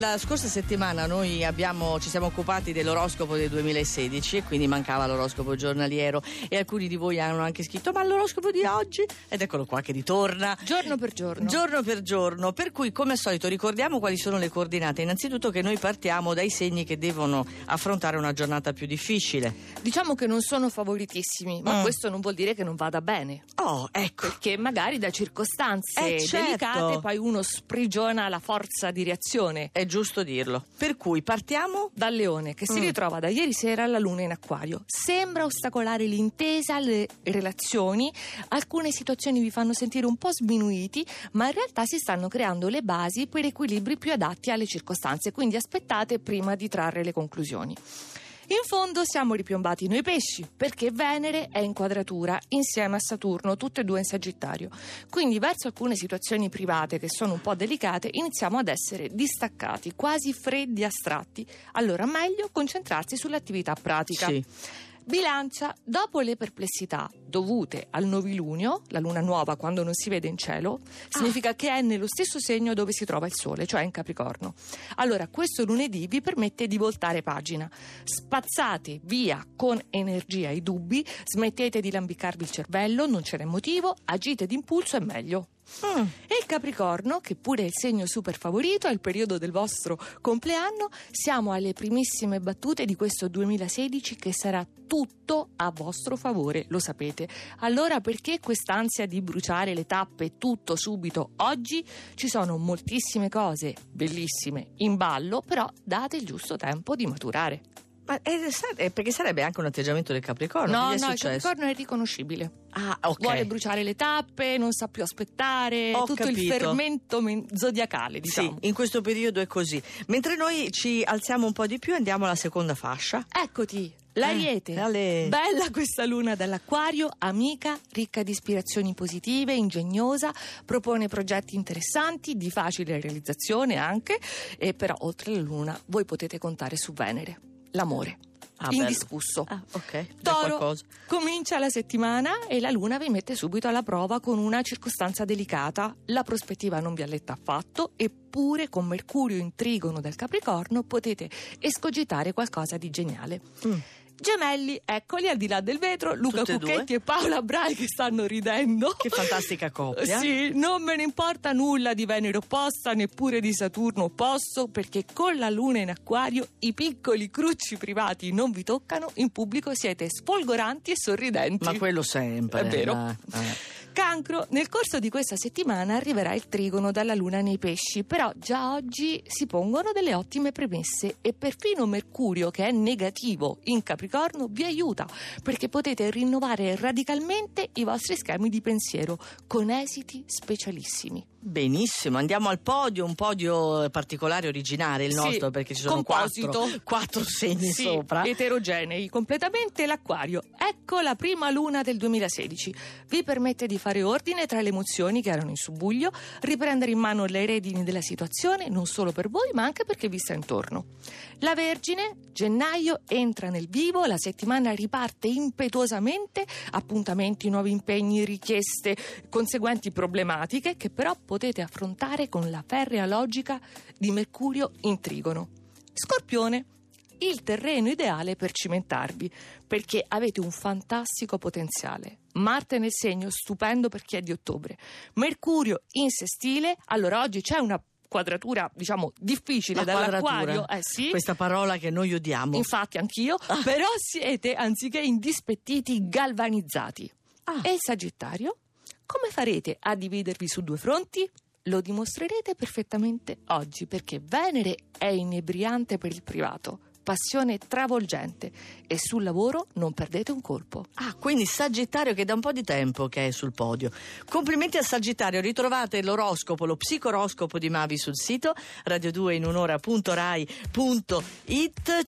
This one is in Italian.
La scorsa settimana noi ci siamo occupati dell'oroscopo del 2016 e quindi mancava l'oroscopo giornaliero e alcuni di voi hanno anche scritto ma l'oroscopo di oggi? Ed eccolo qua che ritorna giorno per giorno, per cui come al solito ricordiamo quali sono le coordinate. Innanzitutto che noi partiamo dai segni che devono affrontare una giornata più difficile. Diciamo che non sono favoritissimi, ma questo non vuol dire che non vada bene. Oh, ecco. Perché magari da circostanze delicate poi uno sprigiona la forza di reazione. È giusto dirlo. Per cui partiamo dal Leone, che si ritrova da ieri sera alla Luna in Acquario. Sembra ostacolare l'intesa, le relazioni. Alcune situazioni vi fanno sentire un po' sminuiti, ma in realtà si stanno creando le basi per equilibri più adatti alle circostanze. Quindi aspettate prima di trarre le conclusioni. In fondo siamo ripiombati noi pesci, perché Venere è in quadratura insieme a Saturno, tutte e due in Sagittario. Quindi verso alcune situazioni private che sono un po' delicate iniziamo ad essere distaccati, quasi freddi, astratti. Allora meglio concentrarsi sull'attività pratica. Sì. Bilancia, dopo le perplessità dovute al novilunio, la luna nuova quando non si vede in cielo, significa che è nello stesso segno dove si trova il sole, cioè in Capricorno. Allora questo lunedì vi permette di voltare pagina, spazzate via con energia i dubbi, smettete di lambicarvi il cervello, non ce n'è motivo, agite d'impulso, è meglio. E il Capricorno, che pure è il segno super favorito, è il periodo del vostro compleanno, siamo alle primissime battute di questo 2016 che sarà tutto a vostro favore, lo sapete. Allora perché quest'ansia di bruciare le tappe tutto subito oggi? Ci sono moltissime cose bellissime in ballo, però date il giusto tempo di maturare. Ma perché sarebbe anche un atteggiamento del Capricorno? No, il Capricorno è riconoscibile. Ah, ok. Vuole bruciare le tappe, non sa più aspettare, Ho tutto capito. il fermento zodiacale, diciamo. Sì, in questo periodo è così. Mentre noi ci alziamo un po' di più, andiamo alla seconda fascia. Eccoti, l'Ariete. Bella questa luna dall'Acquario, amica, ricca di ispirazioni positive, ingegnosa, propone progetti interessanti, di facile realizzazione anche, e però oltre la luna voi potete contare su Venere. L'amore, indiscusso. Ok. Toro, comincia la settimana e la luna vi mette subito alla prova con una circostanza delicata. La prospettiva non vi alletta affatto, eppure con Mercurio in trigono del Capricorno potete escogitare qualcosa di geniale. Gemelli, eccoli al di là del vetro, Luca Tutte Cucchetti e Paola Brai che stanno ridendo. Che fantastica coppia. Sì, non me ne importa nulla di Venere opposta, neppure di Saturno opposto, perché con la luna in Acquario i piccoli crucci privati non vi toccano, in pubblico siete sfolgoranti e sorridenti. Ma quello sempre. È vero. Cancro, nel corso di questa settimana arriverà il trigono dalla luna nei pesci, però già oggi si pongono delle ottime premesse e perfino Mercurio, che è negativo in Capricorno, vi aiuta perché potete rinnovare radicalmente i vostri schemi di pensiero con esiti specialissimi. Benissimo, andiamo al podio, un podio particolare, originale il nostro, perché ci sono quattro segni sopra. Eterogenei, completamente l'Acquario. Ecco la prima luna del 2016. Vi permette di fare ordine tra le emozioni che erano in subbuglio, riprendere in mano le redini della situazione, non solo per voi ma anche per chi vi sta intorno. La Vergine, gennaio entra nel vivo, la settimana riparte impetuosamente, appuntamenti, nuovi impegni, richieste, conseguenti problematiche che però potete affrontare con la ferrea logica di Mercurio in trigono. Scorpione, il terreno ideale per cimentarvi, perché avete un fantastico potenziale. Marte nel segno, stupendo per chi è di ottobre. Mercurio in sestile, allora oggi c'è una quadratura, diciamo, difficile dall'Acquario. Sì. Questa parola che noi odiamo. Infatti anch'io, però siete, anziché indispettiti, galvanizzati. E il Sagittario? Come farete a dividervi su due fronti? Lo dimostrerete perfettamente oggi, perché Venere è inebriante per il privato, passione travolgente, e sul lavoro non perdete un colpo. Quindi Sagittario, che da un po' di tempo che è sul podio. Complimenti a Sagittario, ritrovate l'oroscopo, lo psicoroscopo di Mavi sul sito radio2inunora.rai.it.